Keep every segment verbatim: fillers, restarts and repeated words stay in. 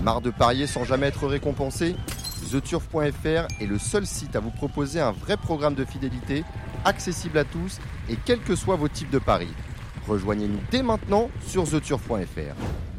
Marre de parier sans jamais être récompensé ? The Turf point F R est le seul site à vous proposer un vrai programme de fidélité, accessible à tous et quels que soient vos types de paris. Rejoignez-nous dès maintenant sur The Turf point F R.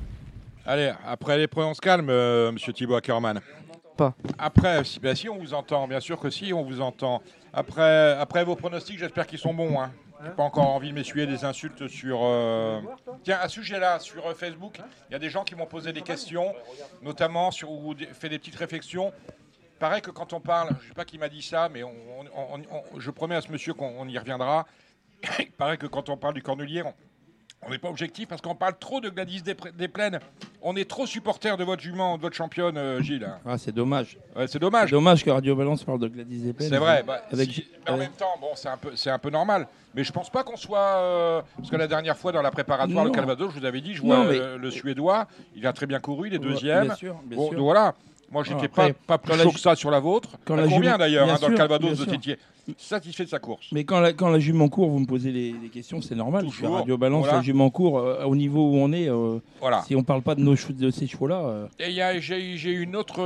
Allez, après les on se calme, euh, monsieur Thibaut Ackerman. Pas. Après, si, ben si, on vous entend, bien sûr que si, on vous entend. Après, après vos pronostics, j'espère qu'ils sont bons. Hein. Je n'ai pas encore envie de m'essuyer des insultes sur... Euh... Tiens, à ce sujet-là, sur Facebook, il y a des gens qui m'ont posé des questions, notamment sur ou fait des petites réflexions. Pareil que quand on parle, je ne sais pas qui m'a dit ça, mais on, on, on, on, je promets à ce monsieur qu'on y reviendra. Il paraît que quand on parle du Cornulier, on... On n'est pas objectif parce qu'on parle trop de Gladys des, des Plaines. On est trop supporter de votre jument, de votre championne, euh, Gilles. Ah, c'est dommage. Ouais, c'est dommage. C'est dommage que Radio Balance parle de Gladys des Plaines. C'est vrai. Bah, avec... si, mais en même temps, bon, c'est un peu, c'est un peu normal. Mais je pense pas qu'on soit. Euh, parce que la dernière fois dans la préparatoire, non. Le Calvados, je vous avais dit, je vois non, mais... euh, le Suédois. Il a très bien couru, il est deuxième. Bien sûr. Bien bon, sûr. Donc voilà. Moi, j'étais Après, pas, pas plus chaud que ça sur la vôtre. Quand la combien jume... d'ailleurs hein, dans le Calvados de Tétier. Satisfait de sa course. Mais quand la, quand la jument court, vous me posez les, les questions, c'est normal. Toujours. La Radio Balance, voilà. La jument court, euh, au niveau où on est, euh, voilà. Si on parle pas de, nos, de ces chevaux-là... Euh... Et y a, j'ai, j'ai une, autre,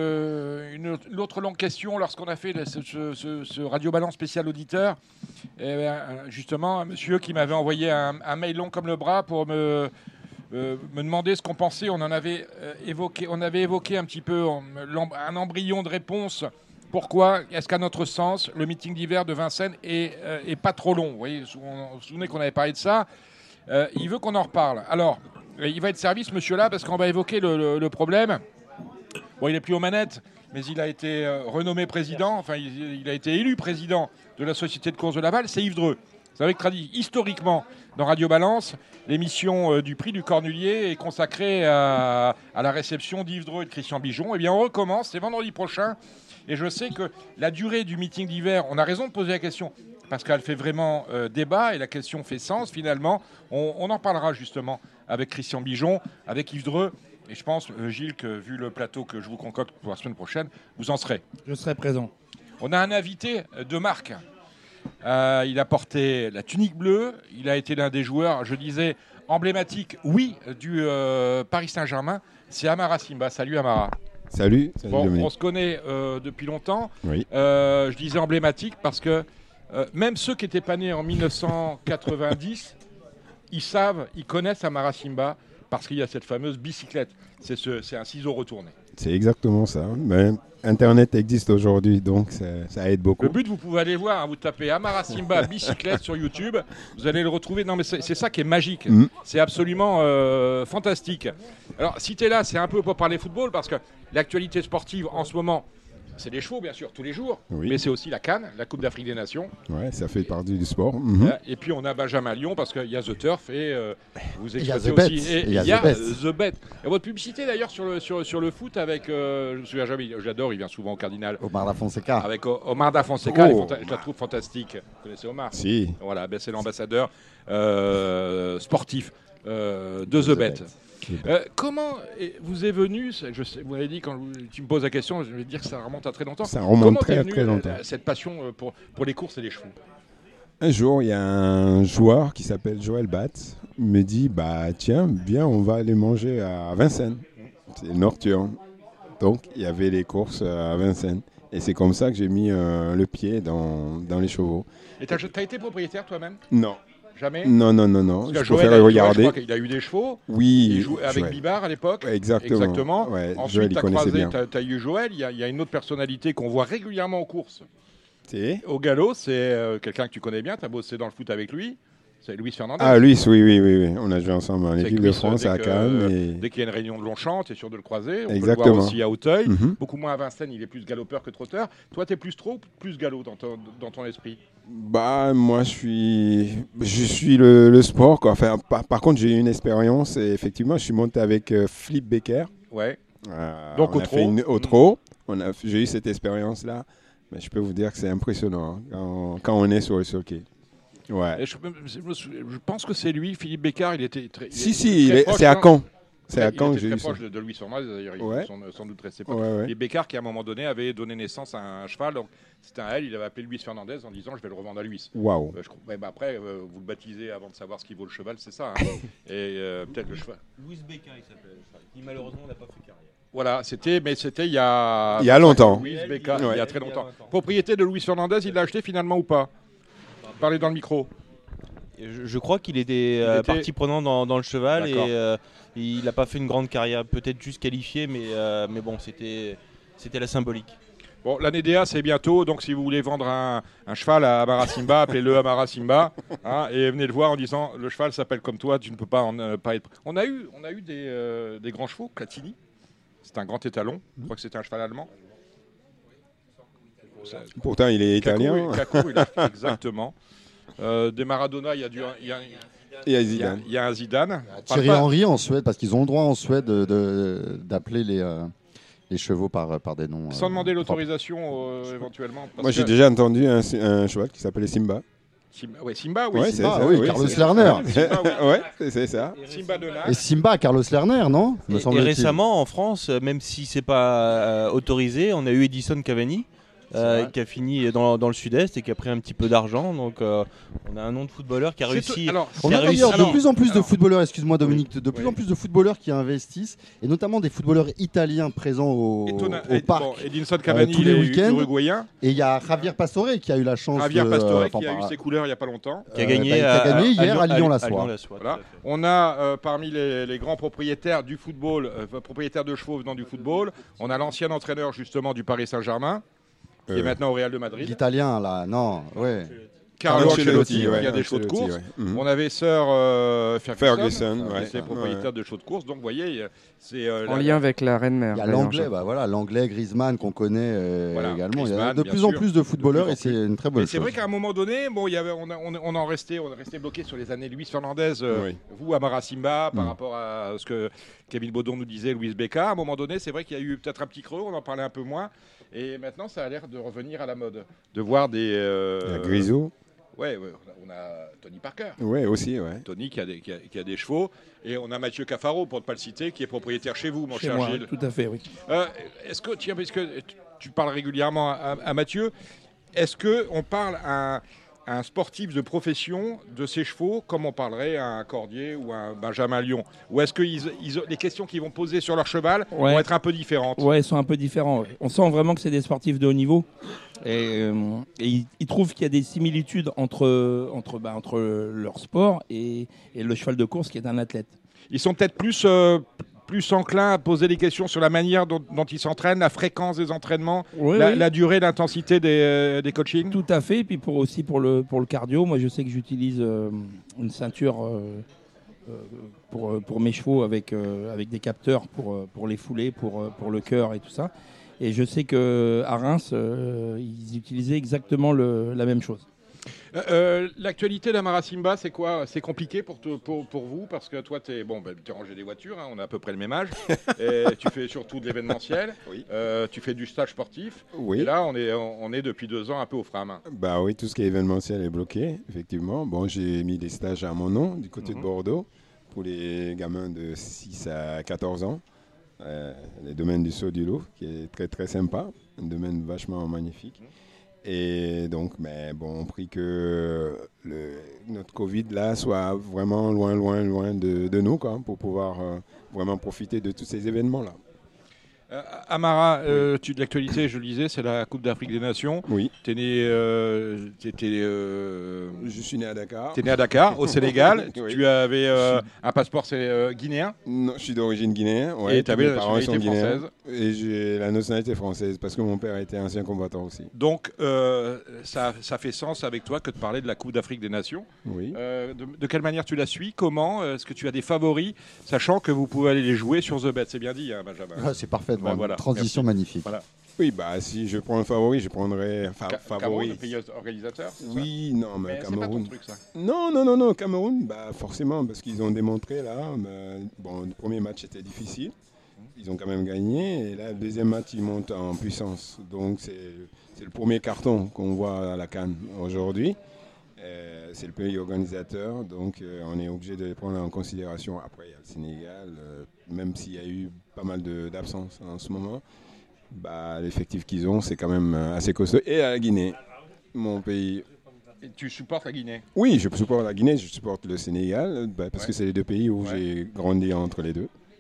euh, une, une autre longue question lorsqu'on a fait ce, ce, ce, ce Radio Balance spécial auditeur. Et, euh, justement, un monsieur qui m'avait envoyé un, un mail long comme le bras pour me... Euh, me demander ce qu'on pensait. On en avait euh, évoqué, on avait évoqué un petit peu en, un embryon de réponse. Pourquoi est-ce qu'à notre sens, le meeting d'hiver de Vincennes est, euh, est pas trop long ? Vous voyez, on, on se souvenait qu'on avait parlé de ça. Euh, il veut qu'on en reparle. Alors, il va être servi ce monsieur-là parce qu'on va évoquer le, le, le problème. Bon, il n'est plus aux manettes, mais il a été euh, renommé président. Enfin, il, il a été élu président de la Société de course de Laval. C'est Yves Dreux. Vous savez que tradit, historiquement, dans Radio Balance, l'émission euh, du prix du Cornulier est consacrée à, à la réception d'Yves Dreux et de Christian Bijon. Eh bien, on recommence, c'est vendredi prochain. Et je sais que la durée du meeting d'hiver, on a raison de poser la question, parce qu'elle fait vraiment euh, débat et la question fait sens, finalement. On, on en parlera justement avec Christian Bijon, avec Yves Dreux. Et je pense, euh, Gilles, que vu le plateau que je vous concocte pour la semaine prochaine, vous en serez. Je serai présent. On a un invité de marque. Euh, il a porté la tunique bleue, il a été l'un des joueurs, je disais, emblématiques, oui, du euh, Paris Saint-Germain, c'est Amara Simba. Salut Amara. Salut. Salut bon, Dominique. on se connaît euh, depuis longtemps. Oui. Euh, je disais emblématique parce que euh, même ceux qui n'étaient pas nés en mille neuf cent quatre-vingt-dix, ils savent, ils connaissent Amara Simba parce qu'il y a cette fameuse bicyclette. C'est, ce, c'est un ciseau retourné. C'est exactement ça. Mais Internet existe aujourd'hui, donc ça, ça aide beaucoup. Le but, vous pouvez aller voir, hein, vous tapez Amara Simba bicyclette sur YouTube, vous allez le retrouver. Non, mais c'est, c'est ça qui est magique. Mm. C'est absolument euh, fantastique. Alors, si tu es là, c'est un peu pour parler football, parce que l'actualité sportive en ce moment, c'est les chevaux, bien sûr, tous les jours, oui. Mais c'est aussi la CAN, la Coupe d'Afrique des Nations. Ouais, ça fait partie du sport. Mm-hmm. Et puis, on a Benjamin Lyon, parce qu'il y a The Turf, et euh, vous exploitez aussi. Et il y a, y a The Bet. Et votre publicité, d'ailleurs, sur le, sur, sur le foot, avec, euh, je me souviens jamais, j'adore, il vient souvent au Cardinal. Omar Da Fonseca. Avec o- Omar Da Fonseca, oh. fanta- je la trouve fantastique. Vous connaissez Omar ? Si. Voilà, ben c'est l'ambassadeur euh, sportif euh, de The, The Bet. Euh, comment vous est venu, je sais, vous m'avez dit quand tu me poses la question, je vais te dire que ça remonte à très longtemps. Ça remonte comment très, venu, très longtemps. Euh, cette passion pour, pour les courses et les chevaux. Un jour, il y a un joueur qui s'appelle Joël Batz, me dit bah tiens, viens, on va aller manger à Vincennes. C'est nocturne. Donc, il y avait les courses à Vincennes. Et c'est comme ça que j'ai mis euh, le pied dans, dans les chevaux. Et tu as été propriétaire toi-même ? Non. Jamais ? Non, non, non, non. Parce je préfère regarder. Joël, je crois qu'il a eu des chevaux. Oui. Il jouait avec Joël. Bibar à l'époque. Ouais, exactement. Exactement. Ouais, ensuite, tu as croisé, tu as eu Joël. Il y, y a une autre personnalité qu'on voit régulièrement aux courses. C'est Au galop, c'est euh, quelqu'un que tu connais bien. Tu as bossé dans le foot avec lui. C'est Luis Fernandez. Ah, Luis, oui, oui, oui, oui. On a joué ensemble en équipe Luis, de France à Cannes. Et... Dès qu'il y a une réunion de Longchamp, tu es sûr de le croiser. On Exactement. peut le voir aussi à Auteuil. Mm-hmm. Beaucoup moins à Vincennes, il est plus galopeur que trotteur. Toi, tu es plus trop ou plus galop dans ton, dans ton esprit ? Bah, moi, je suis, je suis le, le sport, quoi. Enfin, par, par contre, j'ai eu une expérience. Et effectivement, je suis monté avec euh, Philippe Becker. Ouais. Euh, Donc, on au a trot. fait une, au trot. On a, j'ai eu cette expérience-là. Mais je peux vous dire que c'est impressionnant hein, quand, quand on est sur le sulky. Ouais. Je, je, je pense que c'est lui, Philippe Bécard, il était très. Si, si, il est, c'est à Caen. C'est à Caen que j'ai eu ça. Il était très proche de, de Louis Fernandez, d'ailleurs, ils ouais. sont sans doute restés proches. Ouais, ouais. Et Bécard, qui à un moment donné avait donné naissance à un cheval, donc c'était un L, il avait appelé Louis Fernandez en disant je vais le revendre à Louis. Waouh. Euh, ouais, bah après, euh, vous le baptisez avant de savoir ce qu'il vaut le cheval, c'est ça. Hein. Et euh, peut-être le cheval. Louis Bécard, il s'appelle le cheval, qui malheureusement n'a pas fait carrière. Voilà, c'était, mais c'était il y a. Il y a longtemps. Louis Béca, Ouais. il y a très longtemps. Propriété de Luis Fernandez, il l'a acheté finalement ou pas? Parlez dans le micro. Je, je crois qu'il était, euh, était- partie prenante dans, dans le cheval et D'accord. euh, il n'a pas fait une grande carrière, peut-être juste qualifié, mais, euh, mais bon, c'était, c'était la symbolique. Bon, l'année D A, c'est bientôt, donc si vous voulez vendre un, un cheval à Amara Simba, appelez-le Amara Simba, hein, et venez le voir en disant le cheval s'appelle comme toi, tu ne peux pas en euh, pas être. On a eu, on a eu des, euh, des grands chevaux, Platini, c'est un grand étalon, je crois que c'était un cheval allemand. Ça- Pourtant, il est Caco, italien. oui, Caco, il a- exactement. Euh, des Maradona, il y a du, il y a, Il y a il y a- Zidane. il y a un Zidane. On parle Thierry pas- Henry en Suède, parce qu'ils ont le droit en Suède de- de- d'appeler les, euh, les chevaux par, par des noms. Sans euh, demander propres. l'autorisation euh, éventuellement. parce Moi, j'ai que- déjà entendu un, un cheval qui s'appelait Simba. Simba, ouais, Simba, oui. Ouais, Simba, Ah oui, oui, Carlos c'est- Lerner. Simba, oui. ouais, c'est c'est ça. Simba de Nash. Et Simba, Carlos Lerner, non me Et, et semble-t-il. récemment, en France, euh, même si c'est pas euh, autorisé, on a eu Edison Cavani euh, vrai. qui a fini dans, dans le sud-est et qui a pris un petit peu d'argent. Donc, euh, on a un nom de footballeur qui a C'est réussi. tout- alors, On qui a a réussi. d'ailleurs de Alors- plus en plus de alors- footballeurs, excuse-moi Dominique, de plus Oui. en plus de footballeurs qui investissent, et notamment des footballeurs italiens présents au, étonnant- au Ed- parc. bon, Edinson Cavani, tous il les est week-ends. uruguayen. Et il y a Javier Pastore qui a eu la chance Javier de... Pastore enfin, qui a eu par- ses couleurs il n'y a pas longtemps. Qui a Euh, gagné, bah, qui a à- gagné à- hier à Lyon- Lyon-la-Soie. Lyon-la-Soie, Voilà. tout à fait. On a euh, parmi les, les grands propriétaires du football, euh, propriétaires de chevaux venant du football, on a l'ancien entraîneur justement du Paris Saint-Germain, qui est Euh, maintenant au Real de Madrid, L'italien, là, non, ouais. Carlo Ancelotti, Ancelotti, ouais, qui a des chevaux de Ancelotti, course. ouais. Mhm. On avait Sir euh, Ferguson, Ferguson, qui ouais. était propriétaire de chevaux de course. Donc vous voyez, c'est euh, En la- lien avec la reine mère. Il y a d'ailleurs, l'anglais, je- bah voilà, l'anglais Griezmann qu'on connaît euh, Voilà, également. Il y a Griezmann, de bien plus en sûr. plus de footballeurs De et plus en c'est une très bonne Mais c'est chose. vrai qu'à un moment donné, bon, il y avait, on, a- on, on en restait, on est resté bloqué sur les années Luis Fernandez, euh, Oui. vous, Amara Simba, par Mm. rapport à ce que Kevin Baudon nous disait, Louis Béca. À un moment donné, c'est vrai qu'il y a eu peut-être un petit creux, on en parlait un peu moins. Et maintenant, ça a l'air de revenir à la mode. De voir des. euh, Il y a Grisou. Ouais, ouais, on a, on a Tony Parker. Ouais, aussi, ouais. Tony qui a, des, qui, a, qui a des chevaux. Et on a Mathieu Cafaro, pour ne pas le citer, qui est propriétaire chez vous, mon Chez cher moi, Gilles. tout à fait, oui. Euh, est-ce que, tiens, parce que tu- tu parles régulièrement à, à Mathieu, est-ce qu'on parle à un, à un sportif de profession de ses chevaux comme on parlerait à un Cordier ou à un Benjamin Lyon? Ou est-ce que ils- ils- les questions qu'ils vont poser sur leur cheval Ouais. vont être un peu différentes? Ouais, ils sont un peu différents. ouais. On sent vraiment que c'est des sportifs de haut niveau. Et, euh, et ils, ils trouvent qu'il y a des similitudes entre, entre, bah, entre leur sport et, et le cheval de course qui est un athlète. Ils sont peut-être plus, euh, plus enclins à poser des questions sur la manière dont, dont ils s'entraînent, la fréquence des entraînements, Oui, la, oui. la durée, l'intensité des, euh, des coachings. Tout à fait. Et puis pour, aussi pour le, pour le cardio, moi je sais que j'utilise euh, une ceinture euh, euh, pour, pour mes chevaux avec, euh, avec des capteurs pour, euh, pour les fouler, pour, euh, pour le cœur et tout ça. Et je sais qu'à Reims, euh, ils utilisaient exactement le- la même chose. Euh, euh, L'actualité d'Amara Simba, c'est quoi? C'est compliqué pour, te- pour, pour vous parce que toi, tu es bon, ben, t'es rangé des voitures, hein, on a à peu près le même âge. Et tu fais surtout de l'événementiel. Oui. Euh, tu fais du stage sportif. Oui. Et là, on est, on est depuis deux ans un peu au frein à main. Bah oui, tout ce qui est événementiel est bloqué, effectivement. Bon, j'ai mis des stages à mon nom du côté Mhm. de Bordeaux pour les gamins de six à quatorze ans. Euh, le domaine du Saut du Louvre, qui est très très sympa, un domaine vachement magnifique. Et donc, mais bon, on prie que le, notre Covid là soit vraiment loin, loin, loin de, de nous, quoi, pour pouvoir euh, vraiment profiter de tous ces événements là. Euh, Amara, euh, tu, de l'actualité, je le disais, c'est la Coupe d'Afrique des Nations. Oui, Tu es né, euh, t'étais, euh, je suis né à Dakar. t'es né à Dakar, au Sénégal. Oui. Tu avais euh, un passeport c'est, euh, guinéen. Non, je suis d'origine guinéenne. Ouais, Et tous t'avais mes la parents sont nationalité guinéens. française. Et j'ai la nationalité française parce que mon père était ancien combattant aussi. Donc, euh, ça, ça fait sens avec toi que de parler de la Coupe d'Afrique des Nations. Oui. Euh, de, de quelle manière tu la suis? Comment? Est-ce que tu as des favoris? Sachant que vous pouvez aller les jouer sur The Bet. C'est bien dit, hein, Benjamin. Ah, c'est parfait, Ben voilà, transition magnifique. Voilà. Oui, bah si je prends un favori, je prendrais enfin Ca- Cameroun, favori. le pays organisateur, c'est ça? Oui, non, mais, Mais c'est pas ton Cameroun. truc, ça. Non, non, non, non, Cameroun, bah forcément parce qu'ils ont démontré là. bah, bon, le premier match était difficile. Ils ont quand même gagné et là le deuxième match ils montent en puissance. Donc c'est c'est le premier carton qu'on voit à la CAN aujourd'hui. Euh, c'est le pays organisateur, donc euh, on est obligé de les prendre en considération. Après, il y a le Sénégal, euh, même s'il y a eu pas mal de- d'absences en ce moment, bah, l'effectif qu'ils ont, c'est quand même euh, assez costaud. Et la Guinée, mon pays. Et tu supportes la Guinée? Oui, je supporte la Guinée, je supporte le Sénégal, bah, parce Ouais. que c'est les deux pays où Ouais. j'ai grandi entre les deux.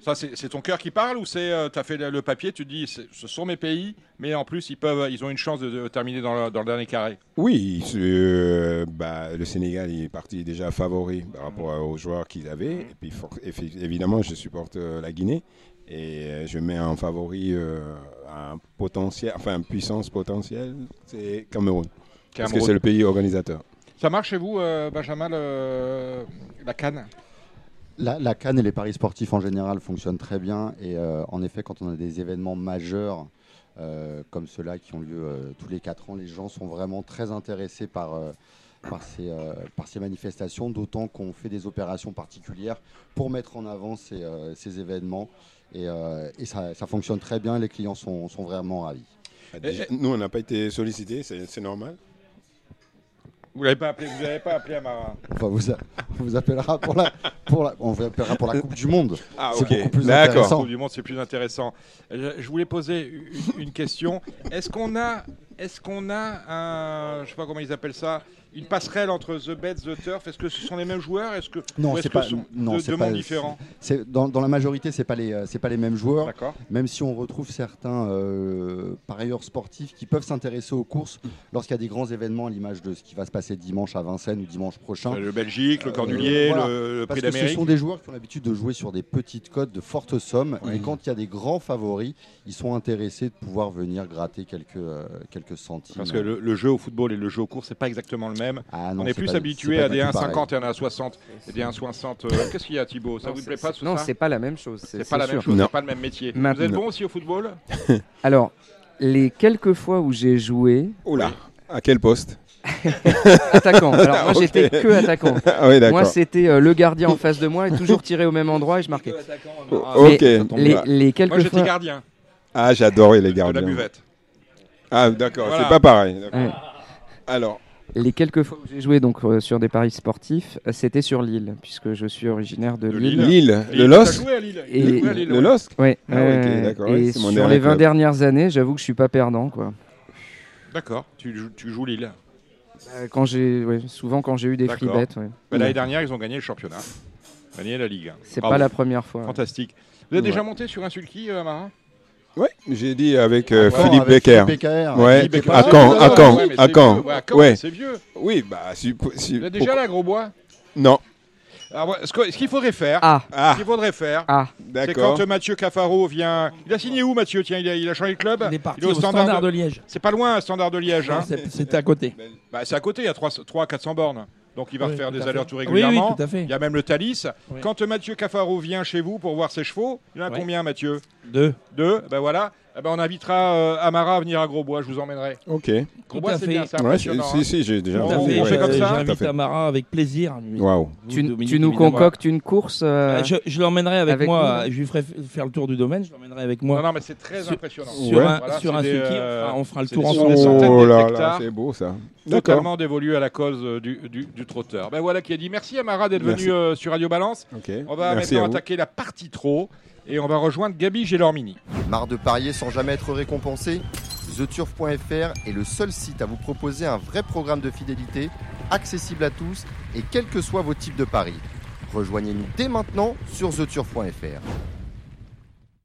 Ça, c'est, c'est ton cœur qui parle ou c'est euh, tu as fait le, le papier, tu te dis c'est, ce sont mes pays, mais en plus ils peuvent, ils ont une chance de, de terminer dans le, dans le dernier carré. Oui, euh, bah, le Sénégal il est parti déjà favori par rapport aux joueurs qu'ils avaient. Et puis for- évidemment, je supporte euh, la Guinée et euh, je mets en favori euh, un potentiel, enfin une puissance potentielle, c'est Cameroun, parce que Cameroun. c'est le pays organisateur. Ça marche chez vous, euh, Benjamin, le- la CAN? La, la CAN et les paris sportifs en général fonctionnent très bien. Et euh, en effet, quand on a des événements majeurs euh, comme ceux-là qui ont lieu euh, tous les quatre ans, les gens sont vraiment très intéressés par, euh, par, ces, euh, par ces manifestations, d'autant qu'on fait des opérations particulières pour mettre en avant ces, euh, ces événements. Et, euh, et ça, ça fonctionne très bien, les clients sont, sont vraiment ravis. Déjà, nous, on n'a pas été sollicités, c'est, c'est normal. Vous l'avez pas appelé, vous n'avez pas appelé Amara. Enfin, vous, a- on vous appellera pour la, pour la, on vous appellera pour la Coupe du Monde. Ah, C'est ok. beaucoup plus D'accord. intéressant. Coupe du Monde, c'est plus intéressant. Je, je voulais poser une, une question. Est-ce qu'on a, est-ce qu'on a un, je sais pas comment ils appellent ça, une passerelle entre The Bet, The Turf? Est-ce que ce sont les mêmes joueurs? Est-ce que Non, ou est-ce c'est que pas- ce sont non, deux, c'est deux pas- mondes différents? C'est, dans, dans la majorité, c'est pas les, euh, c'est pas les mêmes joueurs. D'accord. Même si on retrouve certains euh, parieurs sportifs qui peuvent s'intéresser aux courses lorsqu'il y a des grands événements à l'image de ce qui va se passer dimanche à Vincennes ou dimanche prochain. Le Belgique, le Euh, Cornulier, voilà. le, le Parce Prix que ce d'Amérique. sont des joueurs qui ont l'habitude de jouer sur des petites cotes de fortes sommes. Ouais. Et quand il y a des grands favoris, ils sont intéressés de pouvoir venir gratter quelques, euh, quelques centimes. Parce que le, le jeu au football et le jeu aux courses, c'est pas exactement le même. Ah non, On est c'est plus pas- habitué c'est pas à des du un tout pareil. cinquante et un un soixante et des un soixante. euh, Qu'est-ce qu'il y a, Thibaut? Ça Non, vous c'est- plaît pas tout Non, ça? c'est pas la même chose. C'est pas la même sûr. chose, Non. c'est pas le même métier. Ma- Vous êtes Non. bon aussi au football? Alors, les quelques fois où j'ai joué, Oula, à quel poste? attaquant. Alors moi Ok. j'étais que attaquant. Ah oui, d'accord. Moi c'était euh, le gardien en face de moi et toujours tiré au même endroit et je marquais. Oh, Mais ok. Les, les Moi, quelques j'étais fois. gardien Ah, j'adore les de la gardiens. buvette. Ah, d'accord, Voilà. c'est pas pareil. d'accord. Ouais. Alors, Les quelques fois où j'ai joué donc euh, sur des paris sportifs, euh, c'était sur Lille, puisque je suis originaire de, De Lille. Lille. Lille, Lille, le t'as LOSC, joué à Lille. Et- T'as joué à Lille, le ouais. LOSC. Ouais, Ah, ok, euh, d'accord, ouais, et c'est mon sur dernier les vingt club. dernières années, j'avoue que je suis pas perdant quoi. D'accord, tu, joues- tu joues Lille. Euh, Quand j'ai, ouais, souvent quand j'ai eu des free D'accord. bets, ouais. Bah, L'année dernière, ils ont gagné le championnat. Gagné la Ligue. C'est Bravo. pas la première fois. Fantastique. Vous êtes Ouais. déjà monté sur un sulky, euh, Amara? Ouais, j'ai dit avec euh, Encore Philippe avec Becker. Philippe Becker. Ouais, Qui était Becker. pas à là, Caen, tout à l'heure. Caen, Ouais, mais à c'est Caen. vieux. Ouais, à Caen, Ouais. c'est vieux. Oui, bah, si, si- Vous êtes déjà là, gros bois? Non. Alors, ouais, ce que- ce qu'il faudrait faire, Ah, Ah, ce qu'il faudrait faire, ah, c'est d'accord. quand euh, Mathieu Cafaro vient. Il a signé où, Mathieu? Tiens, il a, il a changé de club. Il est parti Il est au Standard de Liège. C'est pas loin, un Standard de Liège. Hein. C'est- C'était à côté. Bah, c'est à côté, il y a trois à quatre cents bornes. Donc il va Oui, faire tout des à fait. allers-retours Oui, oui, régulièrement. tout à fait. Il y a même le Thalys. Oui. Quand euh, Mathieu Cafaro vient chez vous pour voir ses chevaux, il y en a Oui. combien, Mathieu? Deux. Deux. Ben voilà. Eh ben, on invitera euh, Amara à venir à Grosbois, je vous emmènerai. Ok. Tout Grosbois, à c'est fait. bien, c'est Ouais, impressionnant. si, hein. si, j'ai déjà Bon, Tout à on fait. fait comme Euh, ça. Tout à J'invite fait. Amara avec plaisir. lui. Waouh. Vous, tu, Dominique, tu nous évidemment. concoctes une course. euh, Euh, Je, je l'emmènerai avec, avec moi. nous. Je lui ferai f- faire le tour du domaine. Je l'emmènerai avec Non, moi non, mais c'est très Sur- impressionnant. sur Ouais. un, Voilà, sur c'est un des, sulky. euh, On fera, on fera le c'est tour des ensemble. centaines d'hectares. Oh là là, d'hectares. c'est beau ça. D'accord. Totalement dévolu à la cause euh, du, du, du trotteur. Ben voilà qui a dit merci Amara d'être Merci. venu euh, sur Radio Balance. Ok. On va Merci maintenant à vous. attaquer la partie trop et on va rejoindre Gabi Gélormini. Marre de parier sans jamais être récompensé? The Turf point F R est le seul site à vous proposer un vrai programme de fidélité, accessible à tous et quels que soient vos types de paris. Rejoignez-nous dès maintenant sur The Turf point F R.